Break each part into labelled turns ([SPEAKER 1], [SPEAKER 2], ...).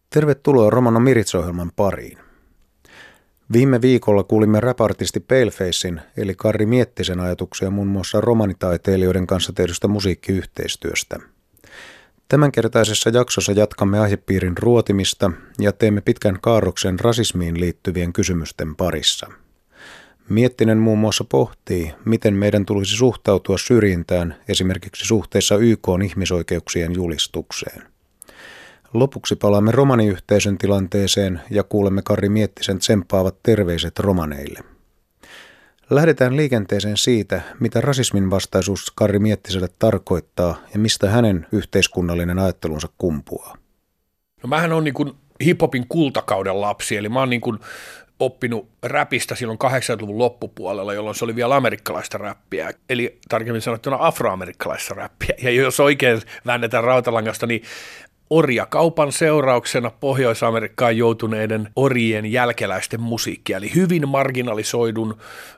[SPEAKER 1] Tervetuloa Romano Mirits-ohjelman pariin. Viime viikolla kuulimme rap-artisti Palefacein eli Karri Miettisen ajatuksia muun muassa romanitaiteilijoiden kanssa tehdystä musiikkiyhteistyöstä. Tämänkertaisessa jaksossa jatkamme aihepiirin ruotimista ja teemme pitkän kaarroksen rasismiin liittyvien kysymysten parissa. Miettinen muun muassa pohtii, miten meidän tulisi suhtautua syrjintään esimerkiksi suhteessa YK:n ihmisoikeuksien julistukseen. Lopuksi palaamme romaniyhteisön tilanteeseen ja kuulemme Karri Miettisen tsemppaavat terveiset romaneille. Lähdetään liikenteeseen siitä, mitä rasismin vastaisuus Karri Miettiselle tarkoittaa ja mistä hänen yhteiskunnallinen ajattelunsa kumpuaa.
[SPEAKER 2] No mähän on niin kuin hiphopin kultakauden lapsi, eli mä oon niin kuin oppinut räpistä silloin 80-luvun loppupuolella, jolloin se oli vielä amerikkalaista räppiä, eli tarkemmin sanottuna afroamerikkalaista räppiä. Ja jos oikein väännetään rautalangasta, niin orjakaupan seurauksena Pohjois-Amerikkaan joutuneiden orjien jälkeläisten musiikkia, eli hyvin marginalisoidun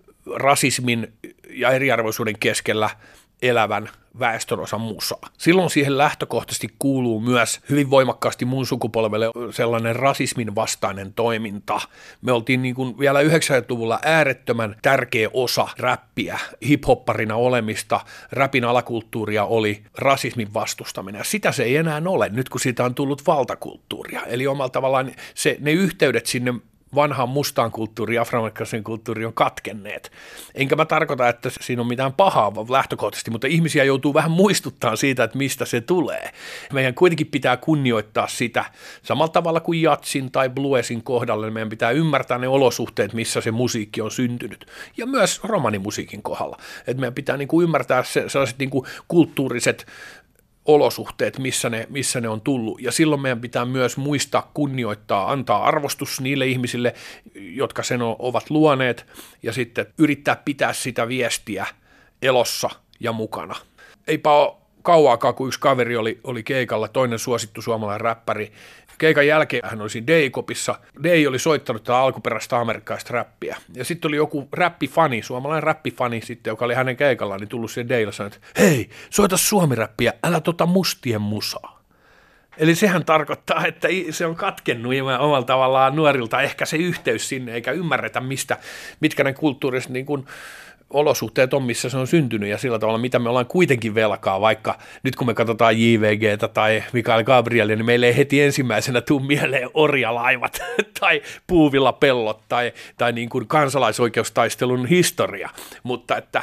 [SPEAKER 2] rasismin ja eriarvoisuuden keskellä elävän väestönosan musaa. Silloin siihen lähtökohtaisesti kuuluu myös hyvin voimakkaasti mun sukupolvelle sellainen rasismin vastainen toiminta. Me oltiin niin kuin vielä 90-luvulla äärettömän tärkeä osa räppiä, hiphopparina olemista, räpin alakulttuuria oli rasismin vastustaminen. Ja sitä se ei enää ole, nyt kun siitä on tullut valtakulttuuria. Eli omalla tavallaan ne yhteydet sinne vanhaan mustaan kulttuuriin, afroamerikkalaisen kulttuuriin on katkenneet. Enkä mä tarkoita, että siinä on mitään pahaa lähtökohtaisesti, mutta ihmisiä joutuu vähän muistuttamaan siitä, että mistä se tulee. Meidän kuitenkin pitää kunnioittaa sitä samalla tavalla kuin jatsin tai bluesin kohdalla. Meidän pitää ymmärtää ne olosuhteet, missä se musiikki on syntynyt. Ja myös romanimusiikin kohdalla. Että meidän pitää niin kuin ymmärtää sellaiset niin kuin kulttuuriset olosuhteet, missä ne on tullut. Ja silloin meidän pitää myös muistaa, kunnioittaa, antaa arvostus niille ihmisille, jotka sen ovat luoneet, ja sitten yrittää pitää sitä viestiä elossa ja mukana. Eipä ole kauaakaan, kun yksi kaveri oli keikalla, toinen suosittu suomalainen räppäri. Keikan jälkeen hän oli siinä Day-kopissa. Day oli soittanut tätä alkuperäistä amerikkalaista räppiä. Ja sitten oli joku räppifani, suomalainen räppifani sitten, joka oli hänen keikallaan, niin tullut siihen Daylla sanoa, että hei, soita suomiräppiä, älä mustien musaa. Eli sehän tarkoittaa, että se on katkennut omalla tavallaan nuorilta ehkä se yhteys sinne, eikä ymmärretä mitkä ne kulttuuriset niin kuin olosuhteet on, missä se on syntynyt ja sillä tavalla, mitä me ollaan kuitenkin velkaa, vaikka nyt kun me katsotaan JVGtä tai Mikael Gabrielia, niin meille ei heti ensimmäisenä tule mieleen orjalaivat tai puuvillapellot tai niin kuin kansalaisoikeustaistelun historia, mutta että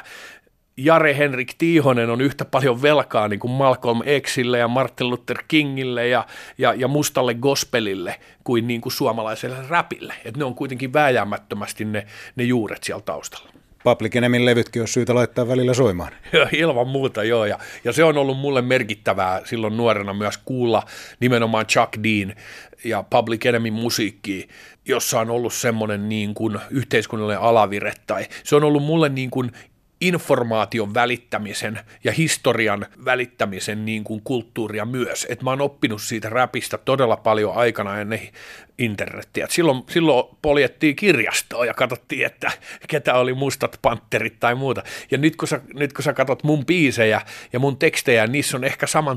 [SPEAKER 2] Jare Henrik Tiihonen on yhtä paljon velkaa niin kuin Malcolm Xille ja Martin Luther Kingille ja mustalle gospelille kuin suomalaiselle rapille, että ne on kuitenkin vääjäämättömästi ne juuret siellä taustalla.
[SPEAKER 1] Public Enemyn levytkin on syytä laittaa välillä soimaan.
[SPEAKER 2] Ilman muuta, joo. Ja se on ollut mulle merkittävää silloin nuorena myös kuulla nimenomaan Chuck Dean ja Public Enemyn musiikkia, jossa on ollut semmoinen niin kuin yhteiskunnallinen alavire. Tai se on ollut mulle niin kuin informaation välittämisen ja historian välittämisen niin kuin kulttuuria myös. Että mä oon oppinut siitä räpistä todella paljon aikana ennen internettiä. Silloin poljettiin kirjastoa ja katsottiin, että ketä oli Mustat Panterit tai muuta. Ja nyt kun sä katsot mun biisejä ja mun tekstejä, niissä on ehkä saman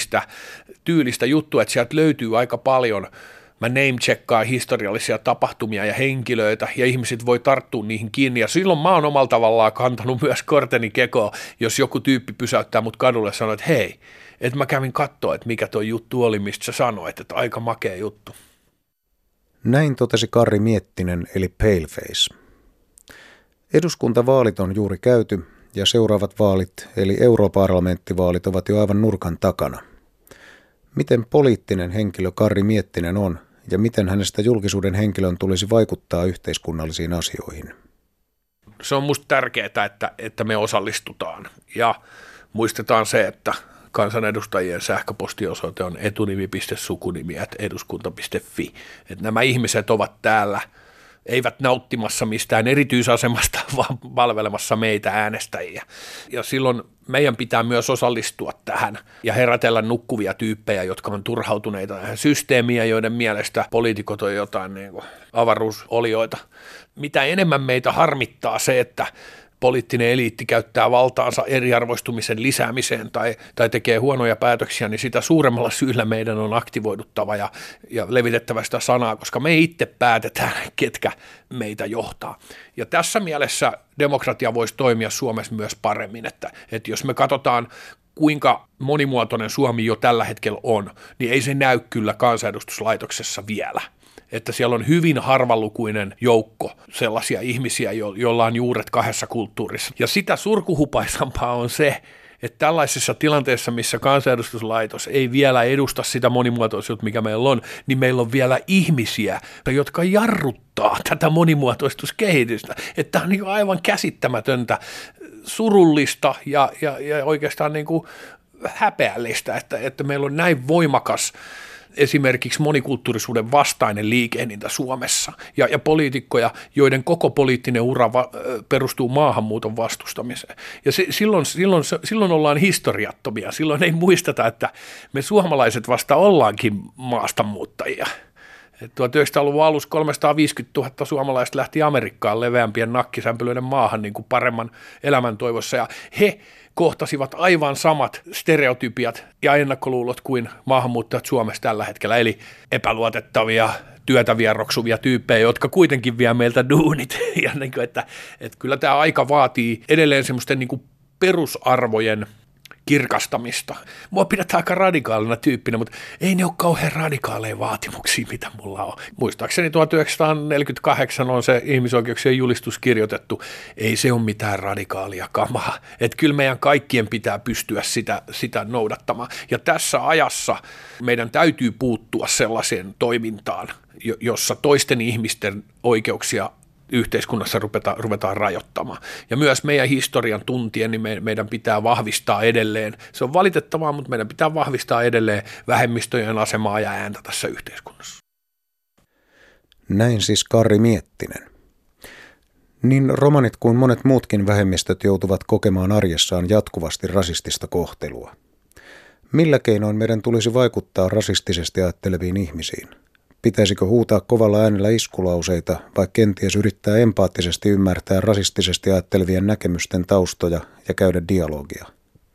[SPEAKER 2] tyylistä juttua, että sieltä löytyy aika paljon. Mä name-checkaan historiallisia tapahtumia ja henkilöitä, ja ihmiset voi tarttua niihin kiinni, ja silloin mä oon omalla tavallaan kantanut myös korteni kekoon, jos joku tyyppi pysäyttää mut kadulle ja sanoo, että hei, että mä kävin katsoa, että mikä toi juttu oli, mistä sä sanoit, että aika makea juttu.
[SPEAKER 1] Näin totesi Karri Miettinen, eli Paleface. Eduskuntavaalit on juuri käyty, ja seuraavat vaalit, eli europarlamenttivaalit, ovat jo aivan nurkan takana. Miten poliittinen henkilö Karri Miettinen on ja miten hänestä julkisuuden henkilön tulisi vaikuttaa yhteiskunnallisiin asioihin?
[SPEAKER 2] Se on musta tärkeää, että me osallistutaan ja muistetaan se, että kansanedustajien sähköpostiosoite on etunimi.sukunimi@eduskunta.fi. Että nämä ihmiset ovat täällä, eivät nauttimassa mistään erityisasemasta, vaan palvelemassa meitä äänestäjiä. Ja silloin meidän pitää myös osallistua tähän ja herätellä nukkuvia tyyppejä, jotka on turhautuneita tähän systeemiä, joiden mielestä poliitikot on jotain niin kuin avaruusolioita. Mitä enemmän meitä harmittaa se, että poliittinen eliitti käyttää valtaansa eriarvoistumisen lisäämiseen tai tekee huonoja päätöksiä, niin sitä suuremmalla syyllä meidän on aktivoiduttava ja levitettävä sitä sanaa, koska me itse päätetään, ketkä meitä johtaa. Ja tässä mielessä demokratia voisi toimia Suomessa myös paremmin, että jos me katsotaan, kuinka monimuotoinen Suomi jo tällä hetkellä on, niin ei se näy kyllä kansanedustuslaitoksessa vielä. Että siellä on hyvin harvalukuinen joukko sellaisia ihmisiä, joilla on juuret kahdessa kulttuurissa. Ja sitä surkuhupaisampaa on se, että tällaisessa tilanteessa, missä kansanedustuslaitos ei vielä edusta sitä monimuotoisuutta, mikä meillä on, niin meillä on vielä ihmisiä, jotka jarruttaa tätä monimuotoistuskehitystä. Että tämä on niin aivan käsittämätöntä, surullista ja oikeastaan niin kuin häpeällistä, että meillä on näin voimakas esimerkiksi monikulttuurisuuden vastainen liikehdintä Suomessa ja poliitikkoja, joiden koko poliittinen ura perustuu maahanmuuton vastustamiseen. Ja silloin ollaan historiattomia, silloin ei muisteta, että me suomalaiset vasta ollaankin maastamuuttajia. 1900-luvun alussa 350 000 suomalaista lähti Amerikkaan leveämpien nakkisämpylöiden maahan niin kuin paremman elämän toivossa, ja he kohtasivat aivan samat stereotypiat ja ennakkoluulot kuin maahanmuuttajat Suomessa tällä hetkellä, eli epäluotettavia, työtä vieroksuvia tyyppejä, jotka kuitenkin vie meiltä duunit. Ja niin kuin, että kyllä tämä aika vaatii edelleen semmoisten niin kuin perusarvojen kirkastamista. Mua pidetään aika radikaalina tyyppinä, mutta ei ne ole kauhean radikaaleja vaatimuksia, mitä mulla on. Muistaakseni 1948 on se ihmisoikeuksien julistus kirjoitettu. Ei se ole mitään radikaalia kamaa. Että kyllä meidän kaikkien pitää pystyä sitä noudattamaan. Ja tässä ajassa meidän täytyy puuttua sellaiseen toimintaan, jossa toisten ihmisten oikeuksia yhteiskunnassa ruvetaan rajoittamaan. Ja myös meidän historian tuntien, niin meidän pitää vahvistaa edelleen, se on valitettavaa, mutta meidän pitää vahvistaa edelleen vähemmistöjen asemaa ja ääntä tässä yhteiskunnassa.
[SPEAKER 1] Näin siis Karri Miettinen. Niin romanit kuin monet muutkin vähemmistöt joutuvat kokemaan arjessaan jatkuvasti rasistista kohtelua. Millä keinoin meidän tulisi vaikuttaa rasistisesti ajatteleviin ihmisiin? Pitäisikö huutaa kovalla äänellä iskulauseita vai kenties yrittää empaattisesti ymmärtää rasistisesti ajattelevien näkemysten taustoja ja käydä dialogia?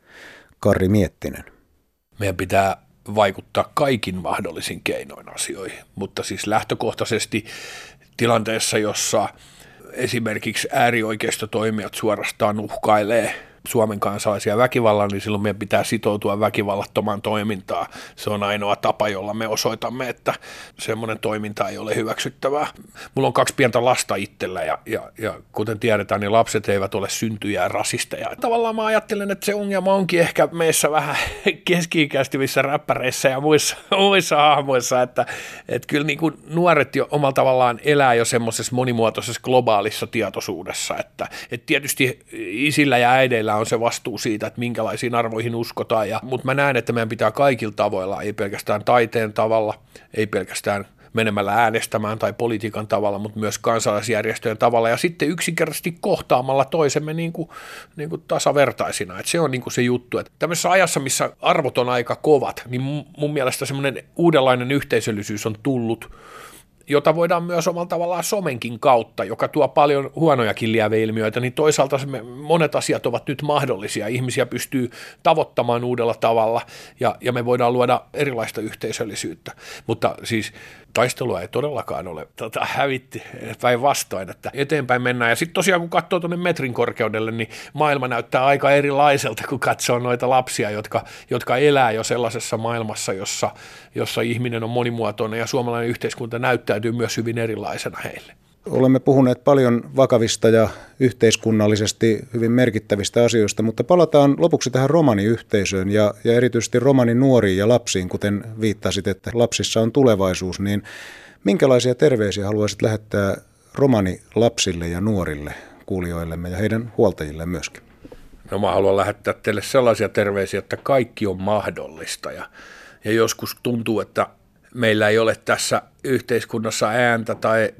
[SPEAKER 1] Karri Miettinen.
[SPEAKER 2] Meidän pitää vaikuttaa kaikin mahdollisin keinoin asioihin, mutta siis lähtökohtaisesti tilanteessa, jossa esimerkiksi äärioikeistotoimijat suorastaan uhkailee Suomen kansalaisia väkivallalla, niin silloin meidän pitää sitoutua väkivallattomaan toimintaan. Se on ainoa tapa, jolla me osoitamme, että semmoinen toiminta ei ole hyväksyttävää. Mulla on 2 pientä lasta itsellä ja kuten tiedetään, niin lapset eivät ole syntyjä rasisteja. Tavallaan mä ajattelen, että se ongelma onkin ehkä meissä vähän keski-ikäistyvissä räppäreissä ja muissa hahmoissa, että kyllä niin kuin nuoret jo omalla tavallaan elää jo semmoisessa monimuotoisessa globaalissa tietoisuudessa, että tietysti isillä ja äideillä on se vastuu siitä, että minkälaisiin arvoihin uskotaan, mutta mä näen, että meidän pitää kaikilla tavoilla, ei pelkästään taiteen tavalla, ei pelkästään menemällä äänestämään tai politiikan tavalla, mutta myös kansalaisjärjestöjen tavalla ja sitten yksinkertaisesti kohtaamalla toisemme niin kuin tasavertaisina. Että se on niin kuin se juttu, että tämmöisessä ajassa, missä arvot on aika kovat, niin mun mielestä semmoinen uudenlainen yhteisöllisyys on tullut, jota voidaan myös omalla tavallaan somenkin kautta, joka tuo paljon huonojakin lieveilmiöitä, niin toisaalta monet asiat ovat nyt mahdollisia. Ihmisiä pystyy tavoittamaan uudella tavalla ja me voidaan luoda erilaista yhteisöllisyyttä. Mutta siis taistelua ei todellakaan ole hävitti päinvastoin, että eteenpäin mennään. Ja sitten tosiaan kun katsoo tuonne metrin korkeudelle, niin maailma näyttää aika erilaiselta, kun katsoo noita lapsia, jotka elää jo sellaisessa maailmassa, jossa ihminen on monimuotoinen ja suomalainen yhteiskunta näyttäytyy myös hyvin erilaisena heille.
[SPEAKER 1] Olemme puhuneet paljon vakavista ja yhteiskunnallisesti hyvin merkittävistä asioista, mutta palataan lopuksi tähän romaniyhteisöön ja erityisesti romaninuoriin ja lapsiin, kuten viittasit, että lapsissa on tulevaisuus, niin minkälaisia terveisiä haluaisit lähettää romanilapsille ja nuorille kuulijoillemme ja heidän huoltajille myöskin?
[SPEAKER 2] No mä haluan lähettää teille sellaisia terveisiä, että kaikki on mahdollista ja joskus tuntuu, että meillä ei ole tässä yhteiskunnassa ääntä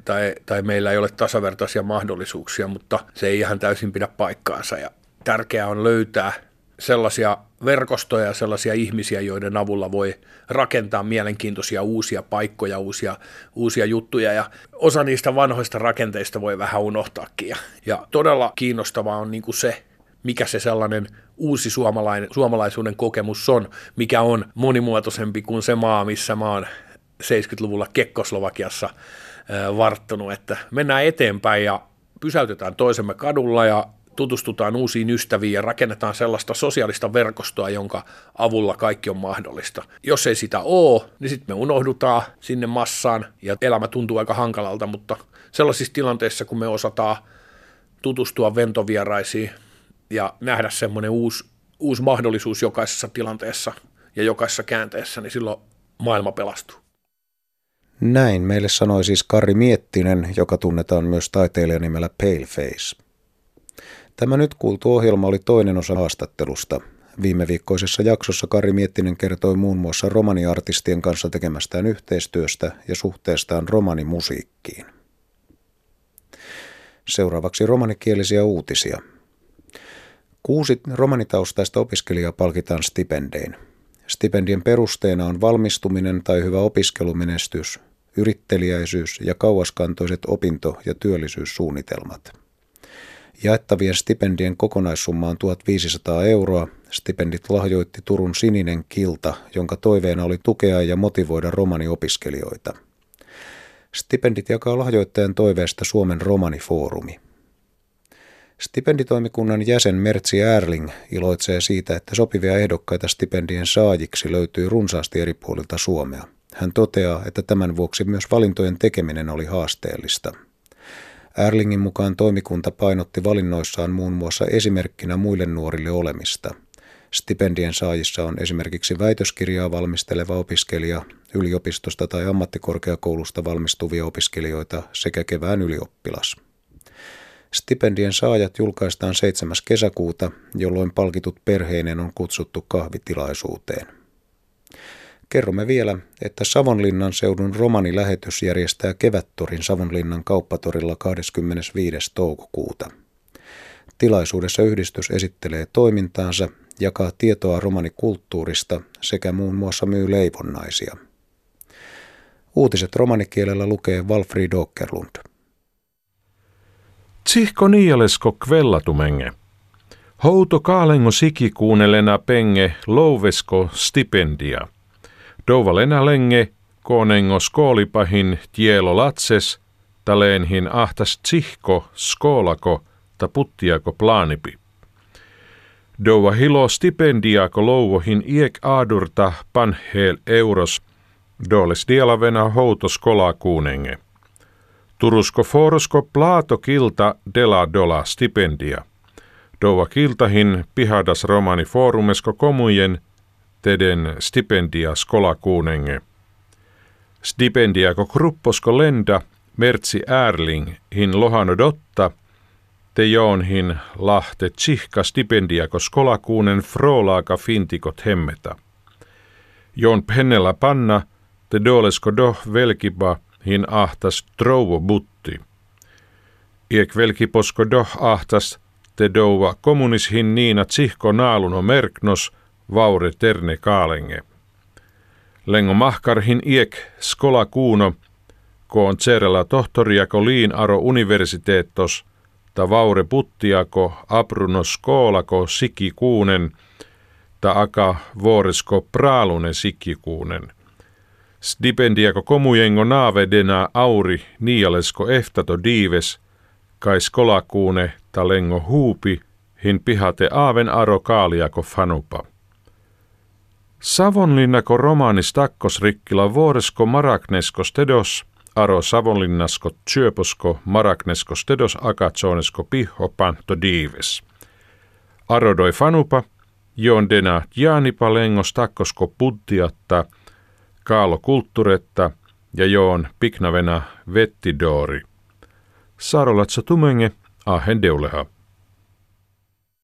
[SPEAKER 2] tai meillä ei ole tasavertaisia mahdollisuuksia, mutta se ei ihan täysin pidä paikkaansa ja tärkeää on löytää sellaisia verkostoja ja sellaisia ihmisiä, joiden avulla voi rakentaa mielenkiintoisia uusia paikkoja, uusia juttuja, ja osa niistä vanhoista rakenteista voi vähän unohtaakin. Ja todella kiinnostavaa on niin kuin se, mikä se sellainen uusi suomalaisuuden kokemus on, mikä on monimuotoisempi kuin se maa, missä mä oon 70-luvulla Kekkoslovakiassa varttunut, että mennään eteenpäin ja pysäytetään toisemme kadulla ja tutustutaan uusiin ystäviin ja rakennetaan sellaista sosiaalista verkostoa, jonka avulla kaikki on mahdollista. Jos ei sitä ole, niin sitten me unohdutaan sinne massaan ja elämä tuntuu aika hankalalta, mutta sellaisissa tilanteissa, kun me osataan tutustua ventovieraisiin ja nähdä semmoinen uusi mahdollisuus jokaisessa tilanteessa ja jokaisessa käänteessä, niin silloin maailma pelastuu.
[SPEAKER 1] Näin meille sanoi siis Karri Miettinen, joka tunnetaan myös taiteilijan nimellä Paleface. Tämä nyt kuultu ohjelma oli toinen osa haastattelusta. Viime viikkoisessa jaksossa Karri Miettinen kertoi muun muassa romaniartistien kanssa tekemästään yhteistyöstä ja suhteestaan romanimusiikkiin. Seuraavaksi romanikielisiä uutisia. 6 romanitaustaista opiskelijaa palkitaan stipendein. Stipendien perusteena on valmistuminen tai hyvä opiskelumenestys, yritteliäisyys ja kauaskantoiset opinto- ja työllisyyssuunnitelmat. Jaettavien stipendien kokonaissumma on 1 500 €. Stipendit lahjoitti Turun Sininen Kilta, jonka toiveena oli tukea ja motivoida romaniopiskelijoita. Stipendit jakaa lahjoittajan toiveesta Suomen romanifoorumi. Stipenditoimikunnan jäsen Mertsi Erling iloitsee siitä, että sopivia ehdokkaita stipendien saajiksi löytyy runsaasti eri puolilta Suomea. Hän toteaa, että tämän vuoksi myös valintojen tekeminen oli haasteellista. Erlingin mukaan toimikunta painotti valinnoissaan muun muassa esimerkkinä muille nuorille olemista. Stipendien saajissa on esimerkiksi väitöskirjaa valmisteleva opiskelija, yliopistosta tai ammattikorkeakoulusta valmistuvia opiskelijoita sekä kevään ylioppilas. Stipendien saajat julkaistaan 7. kesäkuuta, jolloin palkitut perheinen on kutsuttu kahvitilaisuuteen. Kerromme vielä, että Savonlinnan seudun romanilähetys järjestää kevättorin Savonlinnan kauppatorilla 25. toukokuuta. Tilaisuudessa yhdistys esittelee toimintaansa, jakaa tietoa romanikulttuurista sekä muun muassa myy leivonnaisia. Uutiset romanikielellä lukee Walfrid Åkerlund.
[SPEAKER 3] Tsihko niialesko kvellatumenge. Houto kaalengo sikikuunelena penge louvesko stipendia. Douvalena lenge koonengo skoolipahin tielo latses, taleenhin ahtas tsihko skoolako ta puttiako plaanipi. Douva hilo stipendiako louvohin iek aadurta panheel euros, doles dielavena houto skolakuunenge. Turusko forosko plaato kilta dela dola stipendia. Douva kiltahin pihadas romani foorumesko komujen teden stipendia skolakuunenge. Stipendiako krupposko lenda Mertsi Erling hin lohano dotta, te joonhin lahte tsihka stipendiako skolakuunen frolaaka fintikot hemmeta. Joon pennellä panna te dolesko doh velkiba hin ahtas trouvo butti. Iek velkiposko doh ahtas te douva kommunishin niina tsihko naaluno merknos vaure terne kaalenge. Lengo mahkarhin iek skola kuuno, koon tserellä tohtoriako liin aro universiteettos, ta vaure puttiako apruno skoolako sikikuunen, ta aka vuoresko praalune sikikuunen. Stipendiako komujengo naavedena auri niialesko eftato diives, kai skolakuune ta lengo huupi, hin pihate aaven aro kaaliako fanupa. Savonlinnako romaanis takkosrikkila vuoresko maraknesko stedos, aro Savonlinnasko tsyöposko maraknesko stedos akatsonesko piho panto diives. Aro doi fanupa, joon dena jaanipa lengos takkosko puttiatta, kaalo kultturetta ja joon piknavena vettidoori. Sarolatsa tumenge ahen deuleha.